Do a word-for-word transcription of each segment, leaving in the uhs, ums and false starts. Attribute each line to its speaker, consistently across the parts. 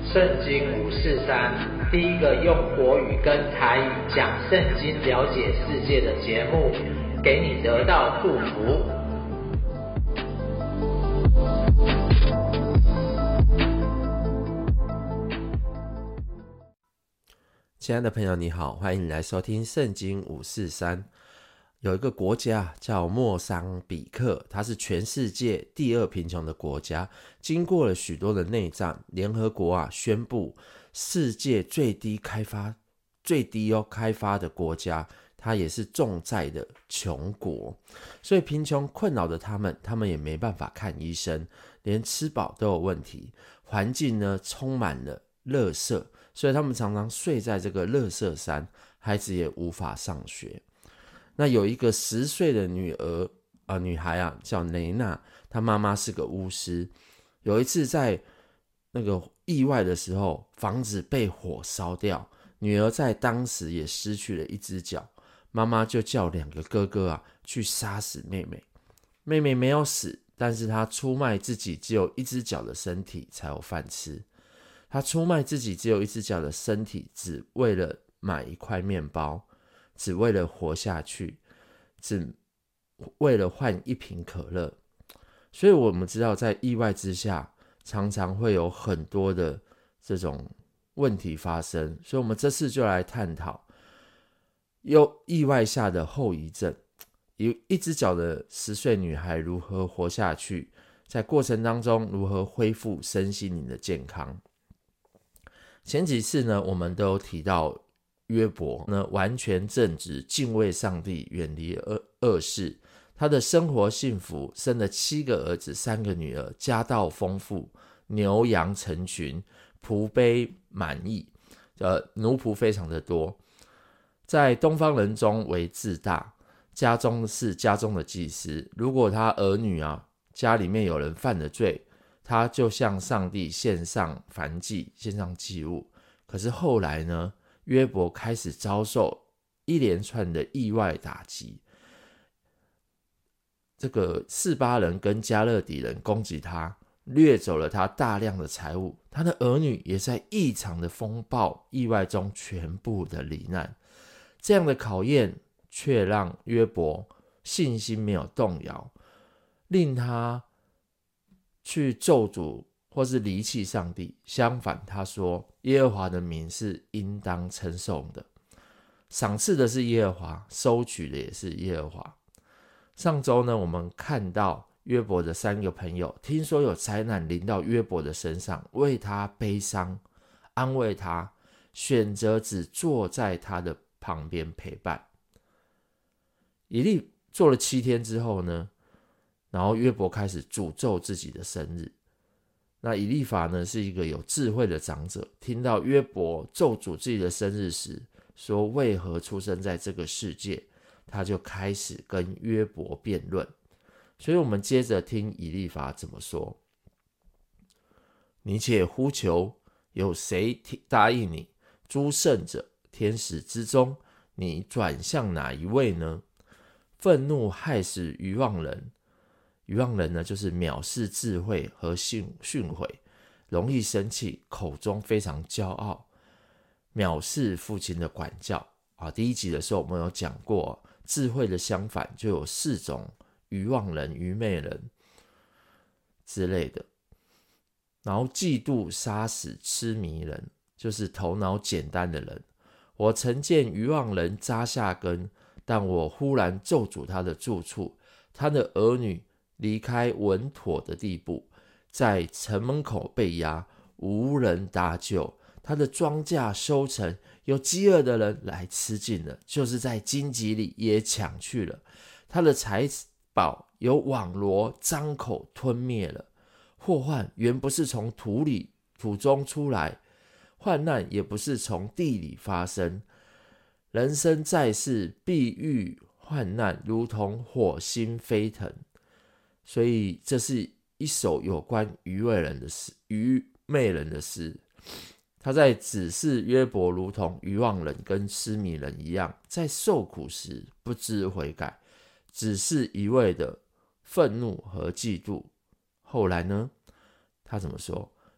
Speaker 1: 圣经五四三，第一个用国语跟台语讲圣经、了解世界的节目，给你得到祝福。
Speaker 2: 亲爱的朋友你好，欢迎你来收听圣经五四三。有一个国家叫莫桑比克，它是全世界第二贫穷的国家。经过了许多的内战，联合国啊宣布世界最低开发最低哦开发的国家，它也是重债的穷国。所以贫穷困扰着他们，他们也没办法看医生，连吃饱都有问题。环境呢充满了垃圾，所以他们常常睡在这个垃圾山，孩子也无法上学。那有一个十岁的女儿、呃、女孩啊，叫雷娜，她妈妈是个巫师。有一次在那个意外的时候，房子被火烧掉，女儿在当时也失去了一只脚，妈妈就叫两个哥哥啊去杀死妹妹。妹妹没有死，但是她出卖自己只有一只脚的身体才有饭吃。她出卖自己只有一只脚的身体，只为了买一块面包，只为了活下去，只为了换一瓶可乐。所以我们知道在意外之下常常会有很多的这种问题发生，所以我们这次就来探讨有意外下的后遗症，一只脚的十岁女孩如何活下去，在过程当中如何恢复身心灵的健康。前几次呢，我们都有提到约伯呢，完全正直，敬畏上帝，远离恶恶事。他的生活幸福，生了七个儿子，三个女儿，家道丰富，牛羊成群，仆婢满溢，呃，奴仆非常的多。在东方人中为自大，家中是家中的祭司。如果他儿女啊，家里面有人犯了罪，他就向上帝献上燔祭，献上祭物。可是后来呢，约伯开始遭受一连串的意外打击。这个示巴人跟加勒底人攻击他，掠走了他大量的财物，他的儿女也在异常的风暴意外中全部的罹难。这样的考验却让约伯信心没有动摇，令他去咒诅或是离弃上帝。相反，他说耶和华的名是应当称颂的，赏赐的是耶和华，收取的也是耶和华。上周呢，我们看到约伯的三个朋友听说有灾难临到约伯的身上，为他悲伤，安慰他，选择只坐在他的旁边陪伴。以利做了七天之后呢，然后约伯开始诅咒自己的生日。那以利法呢，是一个有智慧的长者，听到约伯咒诅自己的生日时，说为何出生在这个世界，他就开始跟约伯辩论。所以我们接着听以利法怎么说。你且呼求，有谁答应你？诸圣者、天使之中，你转向哪一位呢？愤怒害死愚妄人。愚妄人呢，就是藐视智慧和训诲，容易生气，口中非常骄傲，藐视父亲的管教。啊，第一集的时候我们有讲过，智慧的相反就有四种：愚妄人、愚昧人之类的。然后嫉妒、杀死、痴迷人，就是头脑简单的人。我曾见愚妄人扎下根，但我忽然咒诅他的住处，他的儿女离开稳妥的地步，在城门口被压，无人搭救。他的庄稼收成，有饥饿的人来吃尽了，就是在荆棘里也抢去了。他的财宝有网罗张口吞灭了。祸患原不是从土里土中出来，患难也不是从地里发生。人生在世，必遇患难，如同火星飞腾。所以这是一首有关愚昧人的诗，愚昧人的诗。他在指示约伯如同愚妄人跟痴迷人一样，在受苦时不知悔改，只是一味的愤怒和嫉妒。后来呢，他怎么说？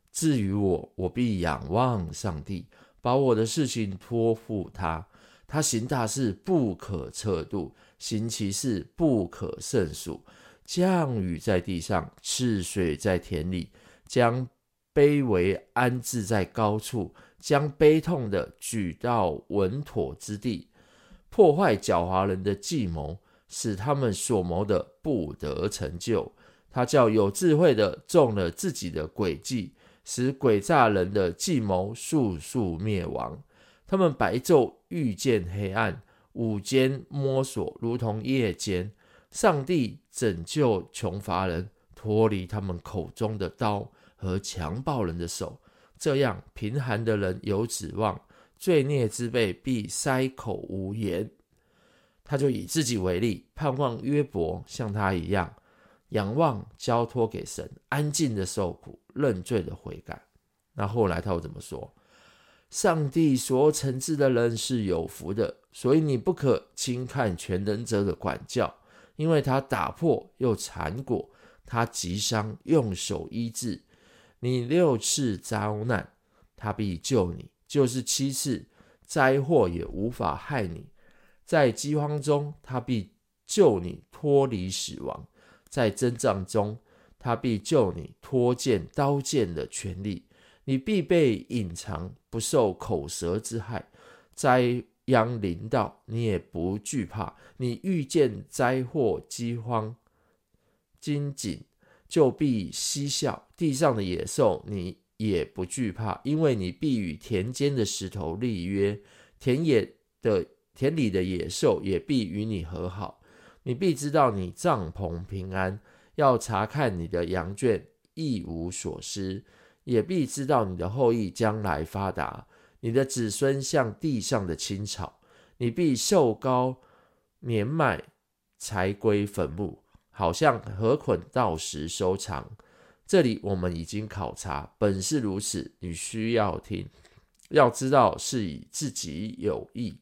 Speaker 2: 至于我，我必仰望上帝，把我的事情托付他。他行大事不可测度，行其事不可胜数。降雨在地上，赐水在田里，将卑微安置在高处，将悲痛的举到稳妥之地，破坏狡猾人的计谋，使他们所谋的不得成就。他叫有智慧的中了自己的诡计，使诡诈人的计谋速速灭亡。他们白昼遇见黑暗，午间摸索如同夜间。上帝拯救穷乏人，脱离他们口中的刀和强暴人的手，这样贫寒的人有指望，罪孽之辈必塞口无言。他就以自己为例，盼望约伯像他一样，仰望交托给神，安静的受苦，认罪的悔改。那后来他又怎么说？上帝所惩治的人是有福的，所以你不可轻看全能者的管教，因为他打破又缠裹，他击伤用手医治。你六次遭难，他必救你，就是七次，灾祸也无法害你。在饥荒中，他必救你脱离死亡；在征战中，他必救你脱剑刀剑的权利。你必被隐藏，不受口舌之害。灾殃临到，你也不惧怕。你遇见灾祸、饥荒、荆棘，就必嬉笑。地上的野兽，你也不惧怕，因为你必与田间的石头立约，田野的田里的野兽也必与你和好。你必知道你帐篷平安，要查看你的羊圈一无所失。也必知道你的后裔将来发达，你的子孙像地上的青草，你必瘦高年迈，才归坟墓，好像禾捆到时收藏。这里我们已经考察，本是如此，你需要听，要知道是以自己有益。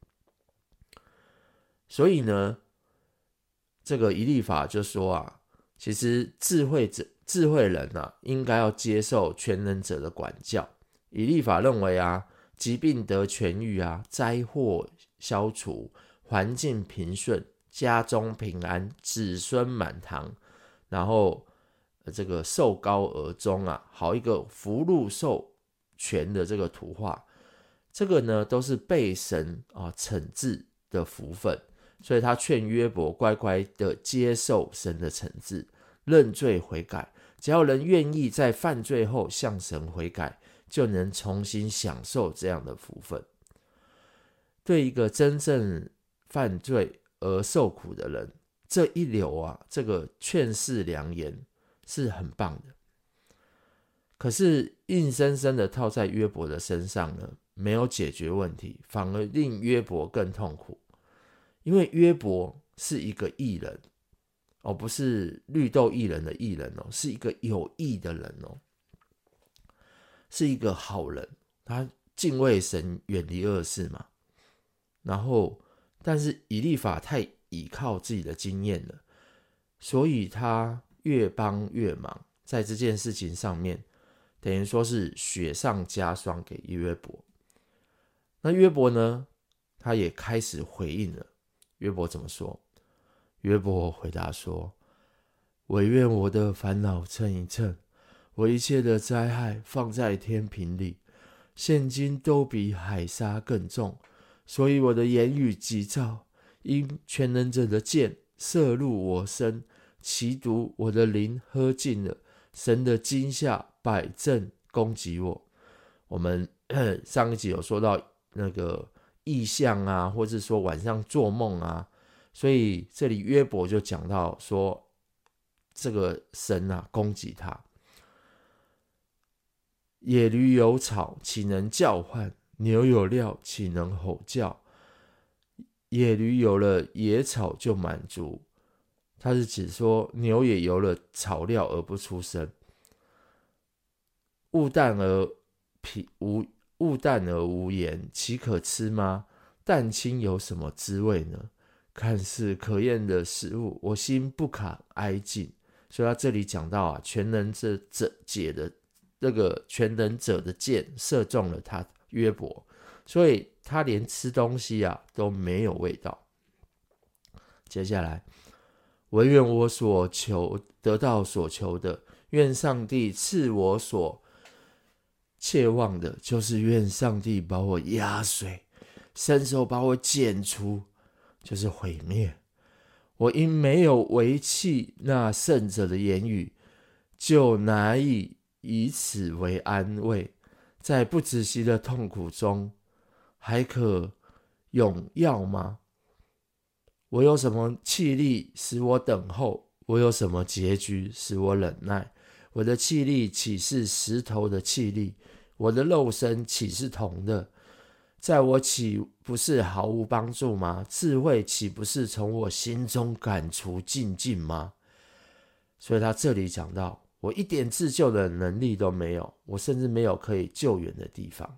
Speaker 2: 所以呢，这个以利法就说啊，其实智慧者智慧人啊，应该要接受全能者的管教。以利法认为啊，疾病得痊愈啊，灾祸消除，环境平顺，家中平安，子孙满堂，然后这个寿高而终啊，好一个福禄寿全的这个图画。这个呢，都是被神啊惩治的福分，所以他劝约伯乖乖的接受神的惩治，认罪悔改。只要人愿意在犯罪后向神悔改，就能重新享受这样的福分。对一个真正犯罪而受苦的人，这一流啊，这个劝世良言是很棒的。可是硬生生的套在约伯的身上呢，没有解决问题，反而令约伯更痛苦。因为约伯是一个义人，哦，不是绿豆薏仁的薏仁哦，是一个有义的人哦，是一个好人，他敬畏神，远离恶事嘛。然后，但是以利法太倚靠自己的经验了，所以他越帮越忙，在这件事情上面，等于说是雪上加霜给约伯。那约伯呢，他也开始回应了。约伯怎么说？约伯回答说，惟愿我的烦恼称一称，我一切的灾害放在天平里，现今都比海沙更重，所以我的言语急躁，因全能者的箭射入我身，其毒我的灵喝尽了，神的惊吓摆阵攻击我。我们上一集有说到那个异象啊，或是说晚上做梦啊，所以这里约伯就讲到说，这个神啊攻击他。野驴有草，岂能叫唤？牛有料，岂能吼叫？野驴有了野草就满足，他是指说牛也有了草料而不出声。物淡而无物淡而无言，岂可吃吗？蛋清有什么滋味呢？看似可厌的食物，我心不可哀敬。所以他这里讲到啊，全能者解的这个全能者的箭射中了他约伯，所以他连吃东西啊都没有味道。接下来，惟愿我所求得到所求的，愿上帝赐我所切望的，就是愿上帝把我压碎，伸手把我剪除，就是毁灭。我因没有违弃那圣者的言语，就难以以此为安慰，在不止息的痛苦中，还可永耀吗？我有什么气力使我等候？我有什么结局使我忍耐？我的气力岂是石头的气力？我的肉身岂是铜的？在我岂不是毫无帮助吗？智慧岂不是从我心中赶除尽尽吗？所以他这里讲到，我一点自救的能力都没有，我甚至没有可以救援的地方。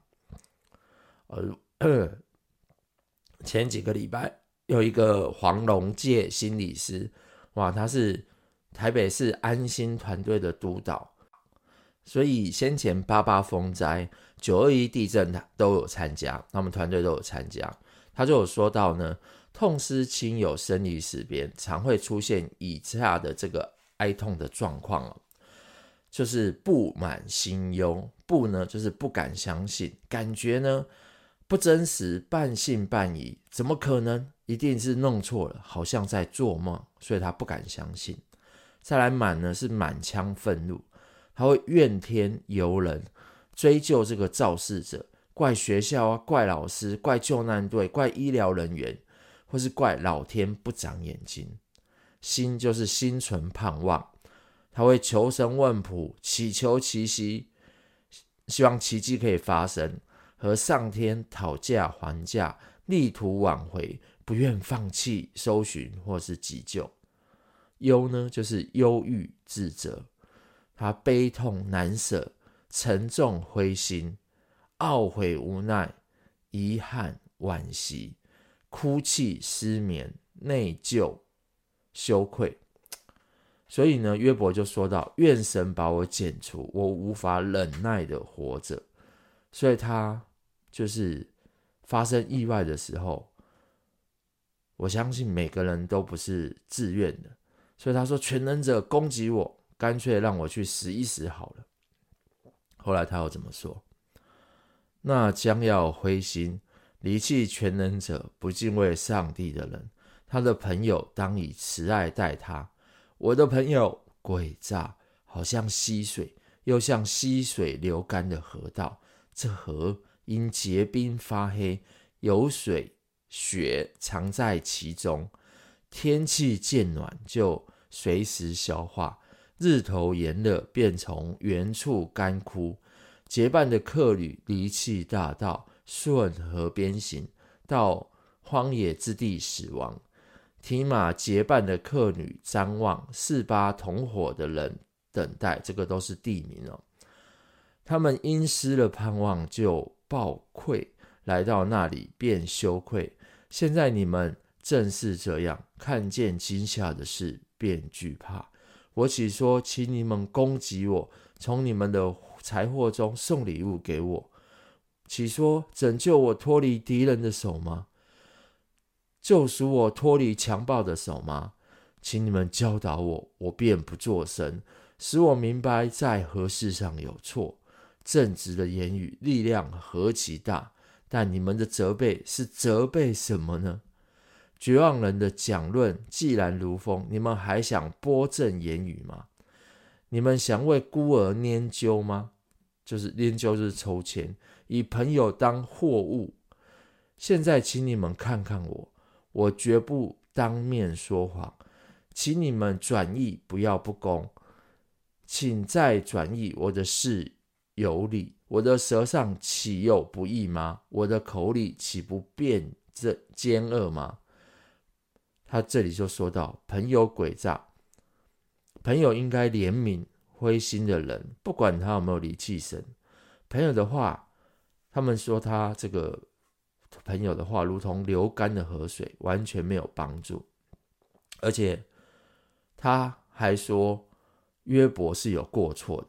Speaker 2: 呃，前几个礼拜有一个黄龙介心理师，哇，他是台北市安心团队的督导，所以先前八八风灾、九二一地震都有参加，他们团队都有参加。他就有说到呢，痛失亲友生离死别，常会出现以下的这个哀痛的状况哦，就是不满心忧，不呢就是不敢相信，感觉呢不真实，半信半疑，怎么可能？一定是弄错了，好像在做梦，所以他不敢相信。再来满呢是满腔愤怒，他会怨天尤人，追究这个肇事者，怪学校啊，怪老师，怪救难队，怪医疗人员，或是怪老天不长眼睛。心就是心存盼望，他会求神问卜，祈求奇迹，希望奇迹可以发生，和上天讨价还价，力图挽回，不愿放弃搜寻或是急救。忧呢就是忧郁自责，他悲痛难舍，沉重灰心，懊悔无奈，遗憾惋惜，哭泣失眠，内疚羞愧。所以呢，约伯就说到，愿神把我剪除，我无法忍耐的活着。所以他就是发生意外的时候，我相信每个人都不是自愿的，所以他说全能者攻击我，干脆让我去死一死好了。后来他又怎么说？那将要灰心离弃全能者，不敬畏上帝的人，他的朋友当以慈爱待他。我的朋友诡诈，好像溪水，又像溪水流干的河道，这河因结冰发黑，有水雪藏在其中，天气渐暖就随时消化，日头炎热便从原处干枯。结伴的客旅离弃大道，顺河边行，到荒野之地死亡。提马结伴的客旅张望，四巴同伙的人等待，这个都是地名哦。他们因失了盼望就抱愧，来到那里便羞愧。现在你们正是这样，看见惊吓的事便惧怕。我岂说，请你们攻击我，从你们的财货中送礼物给我？岂说拯救我脱离敌人的手吗？救赎我脱离强暴的手吗？请你们教导我，我便不作声，使我明白在何事上有错。正直的言语力量何其大，但你们的责备是责备什么呢？绝望人的讲论既然如风，你们还想拨正言语吗？你们想为孤儿拈阄吗？就是拈阄就是抽签，以朋友当货物。现在请你们看看我，我绝不当面说谎，请你们转意，不要不公。请再转意，我的事有理，我的舌上岂有不义吗？我的口里岂不辩奸恶吗？他这里就说到，朋友诡诈，朋友应该怜悯灰心的人，不管他有没有离弃神。朋友的话，他们说他这个朋友的话如同流干的河水，完全没有帮助。而且他还说约伯是有过错的，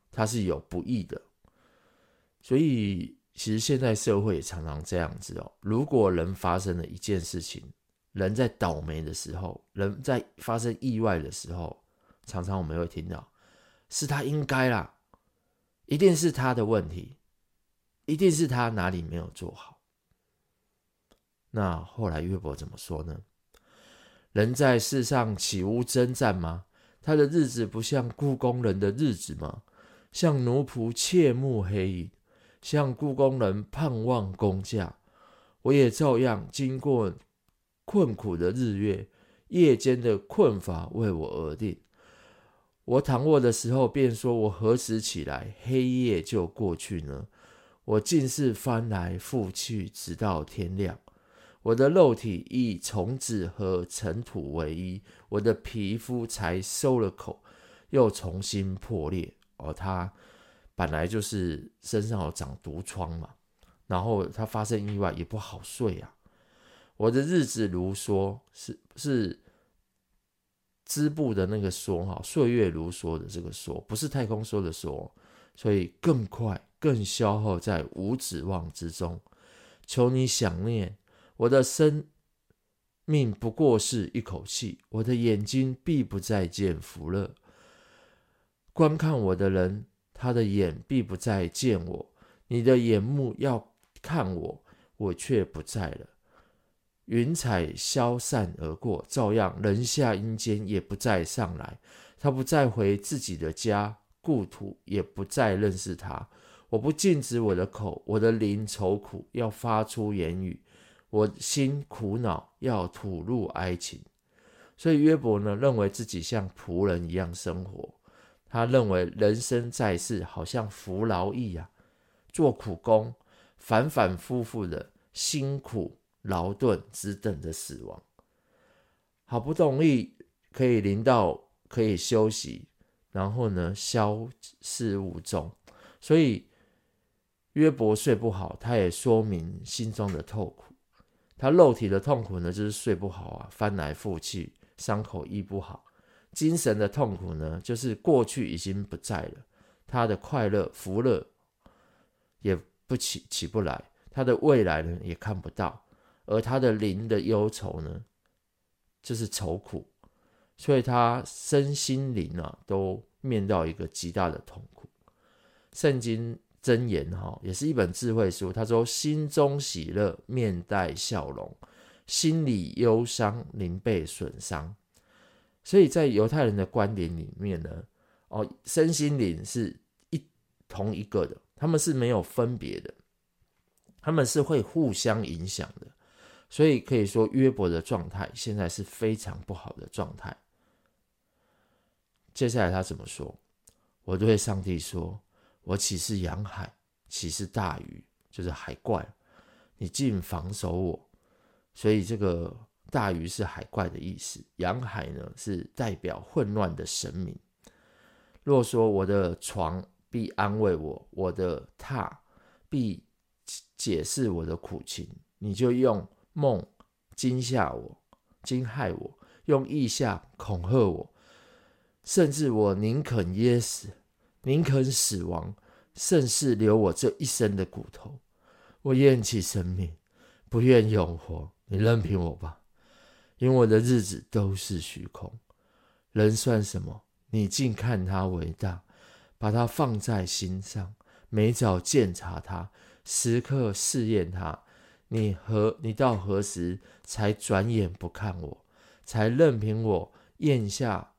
Speaker 2: 它是有不义的。所以其实现在社会也常常这样子哦。如果人发生了一件事情，人在倒霉的时候，人在发生意外的时候，常常我们会听到是他应该啦，一定是他的问题，一定是他哪里没有做好。那后来约伯怎么说呢？人在世上岂无征战吗？他的日子不像雇工人的日子吗？像奴仆切慕黑影，像雇工人盼望工价。我也照样经过困苦的日月，夜间的困乏为我而定。我躺卧的时候便说，我何时起来，黑夜就过去呢？我竟是翻来覆去，直到天亮。我的肉体以虫子和尘土为衣，我的皮肤才收了口，又重新破裂。哦，他本来就是身上有长毒疮嘛，然后他发生意外也不好睡啊。我的日子如梭，是是织布的那个梭，岁月如梭的这个梭，不是太空梭的梭，所以更快更消耗在无指望之中。求你想念，我的生命不过是一口气，我的眼睛必不再见福乐。观看我的人，他的眼必不再见我。你的眼目要看我，我却不在了。云彩消散而过，照样人下阴间也不再上来。他不再回自己的家，故土也不再认识他。我不禁止我的口，我的灵愁苦，要发出言语。我心苦恼，要吐露哀情。所以约伯呢，认为自己像仆人一样生活。他认为人生在世好像服劳役啊，做苦工，反反复复的辛苦劳顿，只等着死亡。好不容易可以临到可以休息，然后呢消失无踪。所以约伯睡不好，他也说明心中的痛苦。他肉体的痛苦呢，就是睡不好啊，翻来覆去，伤口医不好。精神的痛苦呢，就是过去已经不在了，他的快乐福乐也不起起不来，他的未来呢也看不到，而他的灵的忧愁呢，就是愁苦，所以他身心灵啊都面到一个极大的痛苦。圣经箴言也是一本智慧书，他说心中喜乐，面带笑容，心里忧伤，灵被损伤。所以在犹太人的观点里面呢，哦，身心灵是一同一个的，他们是没有分别的，他们是会互相影响的。所以可以说约伯的状态现在是非常不好的状态。接下来他怎么说？我对上帝说，我岂是洋海，岂是大鱼，就是海怪，你竟防守我。所以这个大鱼是海怪的意思，洋海呢是代表混乱的神明。若说我的床必安慰我，我的榻必解释我的苦情，你就用梦惊吓我，惊害我，用异象恐吓我，甚至我宁肯噎死，宁肯死亡，甚是留我这一生的骨头。我厌弃生命，不愿永活，你任凭我吧，因为我的日子都是虚空。人算什么？你竟看他为大，把他放在心上，每早鉴察他，时刻试验他。你何你到何时才转眼不看我，才任凭我咽下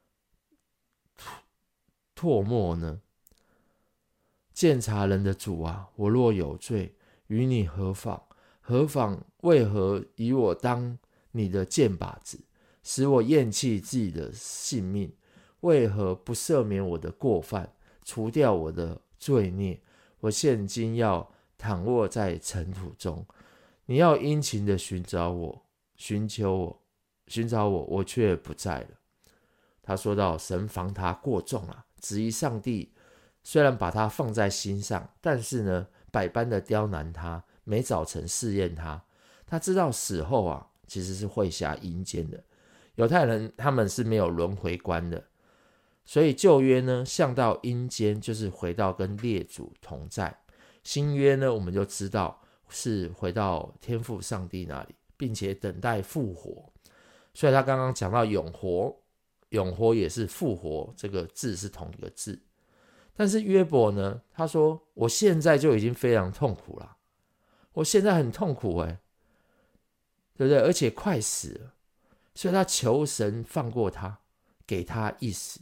Speaker 2: 唾沫呢？鉴察人的主啊，我若有罪，与你何妨？何妨？为何以我当你的箭靶子，使我厌弃自己的性命？为何不赦免我的过犯，除掉我的罪孽？我现今要躺卧在尘土中，你要殷勤的寻找我，寻求我，寻找我，我却不在了。他说到神防他过重了，质疑上帝虽然把他放在心上，但是呢，百般的刁难他，每早晨试验他。他知道死后啊，其实是会下阴间的。犹太人他们是没有轮回观的， 所以旧约呢，向到阴间，就是回到跟列祖同在；新约呢，我们就知道是回到天父上帝那里，并且等待复活。所以他刚刚讲到永活，永活也是复活，这个字是同一个字。但是约伯呢，他说我现在就已经非常痛苦了，我现在很痛苦诶，对不对？而且快死了，所以他求神放过他，给他一死。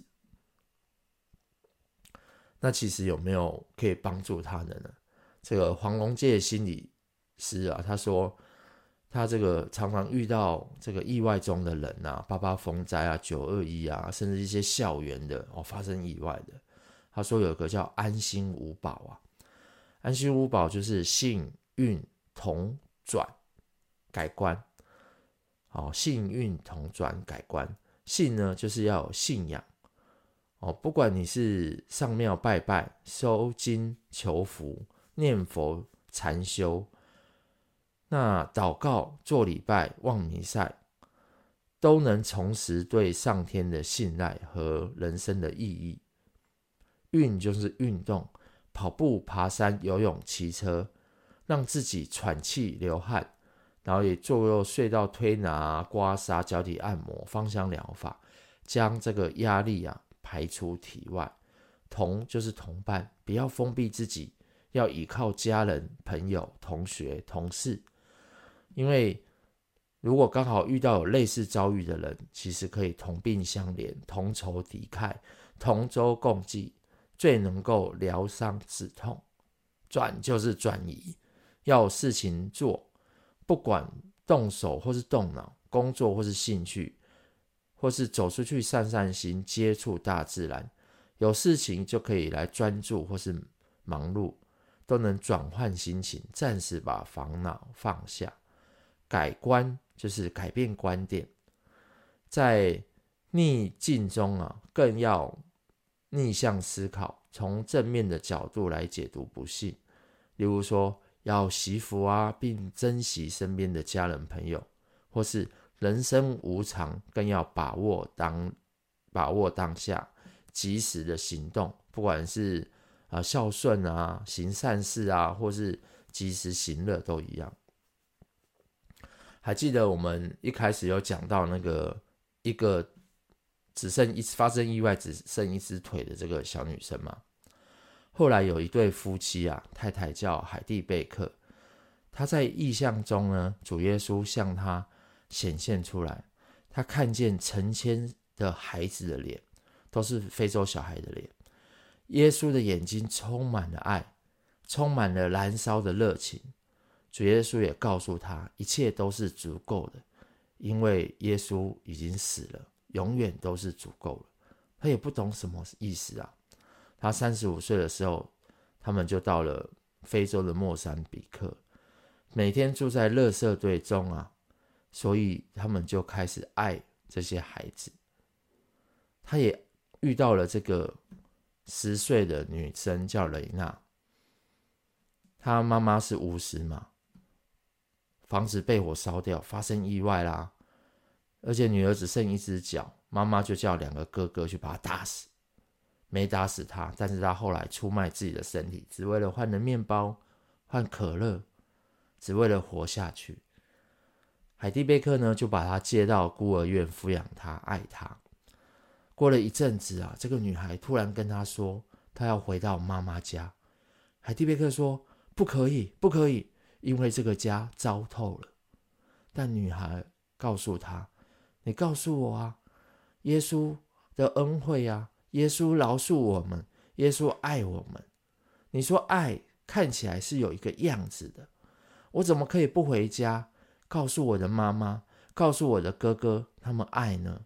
Speaker 2: 那其实有没有可以帮助他的呢？这个黄龙介心理师啊，他说他这个常常遇到这个意外中的人啊，八八风灾啊、九二一啊，甚至一些校园的哦发生意外的。他说有个叫安心五宝啊，安心五宝就是幸运同转改观。哦，幸运同转改观，信呢就是要有信仰。哦，不管你是上庙拜拜、收金求福、念佛禅修，那祷告、做礼拜、望弥赛，都能重拾对上天的信赖和人生的意义。运就是运动，跑步、爬山、游泳、骑车，让自己喘气流汗，然后也做过隧道推拿、刮痧、脚底按摩、芳香疗法，将这个压力啊排出体外。同就是同伴，不要封闭自己，要依靠家人、朋友、同学、同事。因为如果刚好遇到有类似遭遇的人，其实可以同病相怜，同仇敌忾，同舟共济，最能够疗伤止痛。转就是转移，要有事情做，不管动手或是动脑，工作或是兴趣，或是走出去散散心，接触大自然，有事情就可以来专注或是忙碌，都能转换心情，暂时把烦恼放下。改观就是改变观点，在逆境中啊，更要逆向思考，从正面的角度来解读不幸。例如说要惜福啊，并珍惜身边的家人朋友，或是人生无常，更要把握当把握当下，及时的行动，不管是、呃、孝顺啊、行善事啊，或是及时行乐都一样。还记得我们一开始有讲到那个一个只剩一发生意外只剩一只腿的这个小女生吗？后来有一对夫妻啊，太太叫海蒂贝克，她在异象中呢，主耶稣向她显现出来，她看见成千的孩子的脸，都是非洲小孩的脸，耶稣的眼睛充满了爱，充满了燃烧的热情。主耶稣也告诉他，一切都是足够的，因为耶稣已经死了，永远都是足够了。他也不懂什么意思啊。他三十五岁的时候，他们就到了非洲的莫桑比克，每天住在垃圾堆中啊，所以他们就开始爱这些孩子。他也遇到了这个十岁的女生叫雷娜，她妈妈是巫师嘛，房子被火烧掉，发生意外啦，而且女儿只剩一只脚，妈妈就叫两个哥哥去把她打死，没打死她，但是她后来出卖自己的身体，只为了换了面包，换可乐，只为了活下去。海蒂贝克呢，就把她接到孤儿院抚养她，爱她。过了一阵子啊，这个女孩突然跟她说，她要回到妈妈家。海蒂贝克说，不可以，不可以，因为这个家糟透了。但女孩告诉他，你告诉我啊，耶稣的恩惠啊，耶稣饶恕我们，耶稣爱我们。你说爱看起来是有一个样子的，我怎么可以不回家告诉我的妈妈，告诉我的哥哥他们爱呢？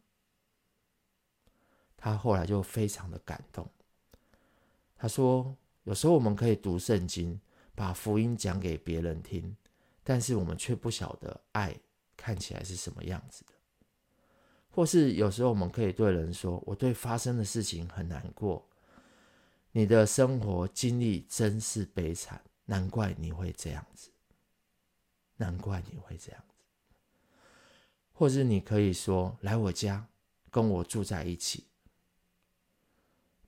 Speaker 2: 他后来就非常的感动。他说，有时候我们可以读圣经，把福音讲给别人听，但是我们却不晓得爱看起来是什么样子的。或是有时候我们可以对人说，我对发生的事情很难过，你的生活经历真是悲惨，难怪你会这样子，难怪你会这样子。或是你可以说，来我家跟我住在一起，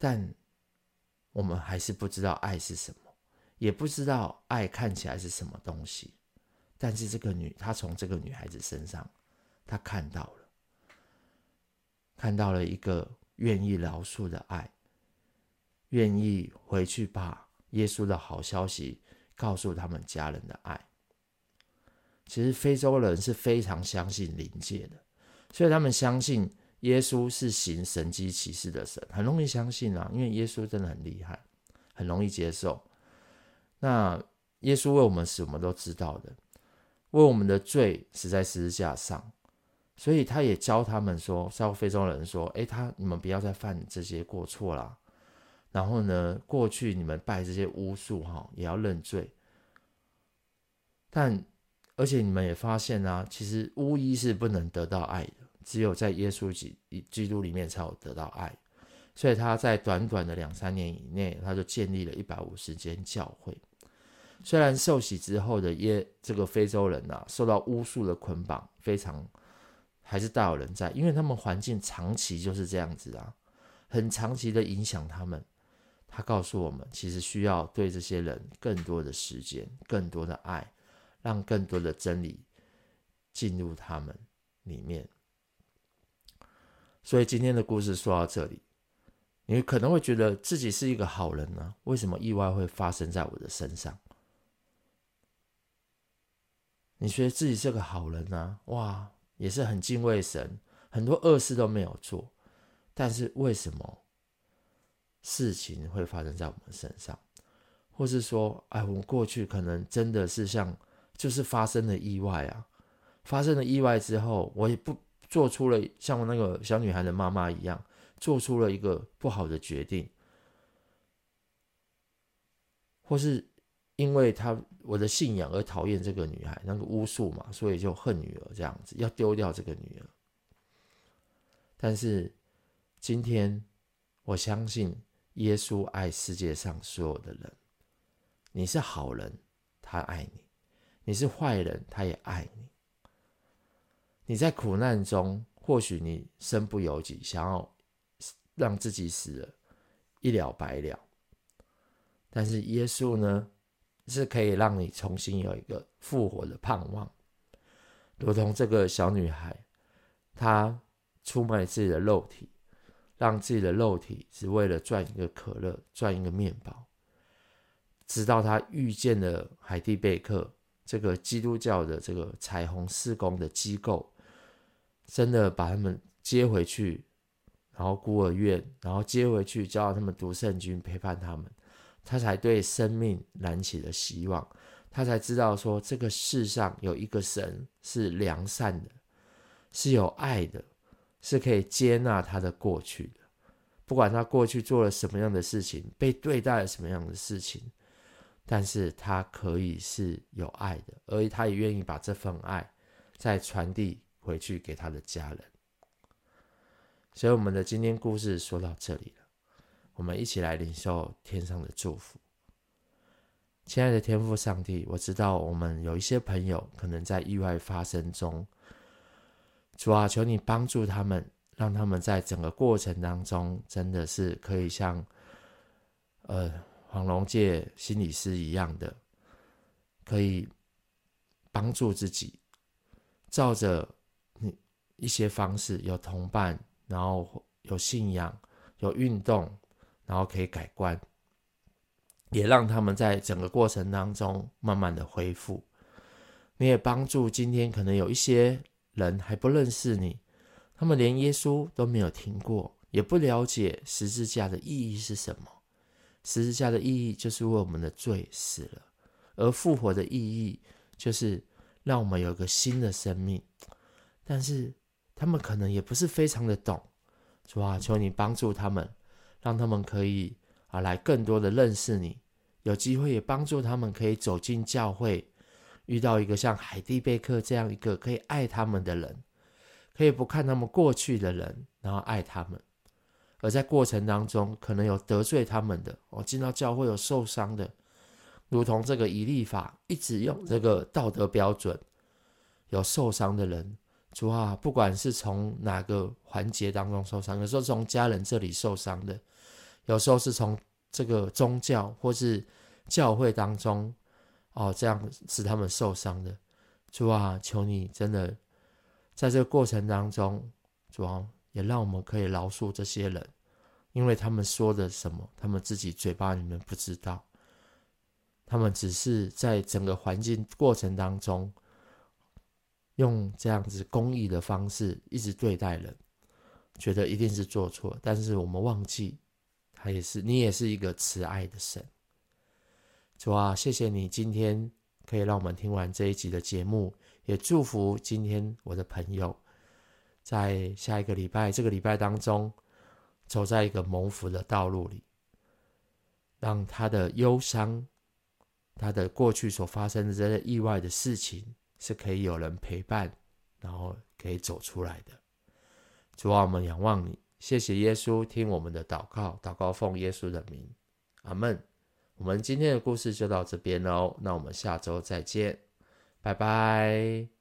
Speaker 2: 但我们还是不知道爱是什么，也不知道爱看起来是什么东西。但是这个女，她从这个女孩子身上，她看到了，看到了一个愿意饶恕的爱，愿意回去把耶稣的好消息告诉他们家人的爱。其实非洲人是非常相信灵界的，所以他们相信耶稣是行神迹奇事的神，很容易相信啊，因为耶稣真的很厉害，很容易接受。那耶稣为我们死，我们都知道的，为我们的罪死在十字架上，所以他也教他们说，教非洲人说，诶，他你们不要再犯这些过错啦。然后呢，过去你们拜这些巫术也要认罪。但而且你们也发现啊，其实巫医是不能得到爱的，只有在耶稣基督里面才有得到爱。所以他在短短的两三年以内，他就建立了一百五十间教会。虽然受洗之后的耶这个非洲人啊，受到巫术的捆绑，非常还是大有人在，因为他们环境长期就是这样子啊，很长期的影响他们。他告诉我们，其实需要对这些人更多的时间，更多的爱，让更多的真理进入他们里面。所以今天的故事说到这里，你可能会觉得自己是一个好人啊，为什么意外会发生在我的身上？你觉得自己是个好人啊，哇，也是很敬畏神，很多恶事都没有做，但是为什么事情会发生在我们身上？或是说，哎，我们过去可能真的是像就是发生了意外啊，发生了意外之后，我也不做出了像那个小女孩的妈妈一样，做出了一个不好的决定，或是因为他我的信仰而讨厌这个女孩，那个巫术嘛，所以就恨女儿这样子，要丢掉这个女儿。但是今天我相信耶稣爱世界上所有的人，你是好人，他爱你；你是坏人，他也爱你。你在苦难中，或许你身不由己，想要让自己死了，一了百了。但是耶稣呢，是可以让你重新有一个复活的盼望。如同这个小女孩，她出卖自己的肉体，让自己的肉体只为了赚一个可乐，赚一个面包。直到她遇见了海蒂贝克这个基督教的这个彩虹事工的机构，真的把他们接回去，然后孤儿院，然后接回去教他们读圣经，陪伴他们，他才对生命燃起了希望。他才知道说，这个世上有一个神是良善的，是有爱的，是可以接纳他的过去的。不管他过去做了什么样的事情，被对待了什么样的事情，但是他可以是有爱的，而他也愿意把这份爱再传递回去给他的家人。所以我们的今天故事说到这里了，我们一起来领受天上的祝福。亲爱的天父上帝，我知道我们有一些朋友可能在意外发生中，主啊，求你帮助他们，让他们在整个过程当中真的是可以像呃黄龙介心理师一样的，可以帮助自己，照着一些方式，有同伴，然后有信仰，有运动，然后可以改观，也让他们在整个过程当中慢慢的恢复。你也帮助今天可能有一些人还不认识你，他们连耶稣都没有听过，也不了解十字架的意义是什么。十字架的意义就是为我们的罪死了，而复活的意义就是让我们有一个新的生命。但是他们可能也不是非常的懂，主啊，求你帮助他们，让他们可以啊来更多的认识你，有机会也帮助他们可以走进教会，遇到一个像海蒂贝克这样一个可以爱他们的人，可以不看他们过去的人，然后爱他们。而在过程当中可能有得罪他们的，哦，进到教会有受伤的，如同这个以利法一直用这个道德标准，有受伤的人，主啊，不管是从哪个环节当中受伤，有时候从家人这里受伤的， 有时候是从这个宗教或是教会当中哦，这样使他们受伤的。主啊，求你真的在这个过程当中，主啊，也让我们可以饶恕这些人，因为他们说的什么，他们自己嘴巴里面不知道，他们只是在整个环境过程当中，用这样子公义的方式一直对待人，觉得一定是做错，但是我们忘记，他也是你也是一个慈爱的神。主啊，谢谢你今天可以让我们听完这一集的节目，也祝福今天我的朋友在下一个礼拜这个礼拜当中走在一个蒙福的道路里，让他的忧伤，他的过去所发生的这些意外的事情是可以有人陪伴，然后可以走出来的。主啊，我们仰望你，谢谢耶稣听我们的祷告，祷告奉耶稣的名，阿们。我们今天的故事就到这边咯，那我们下周再见，拜拜。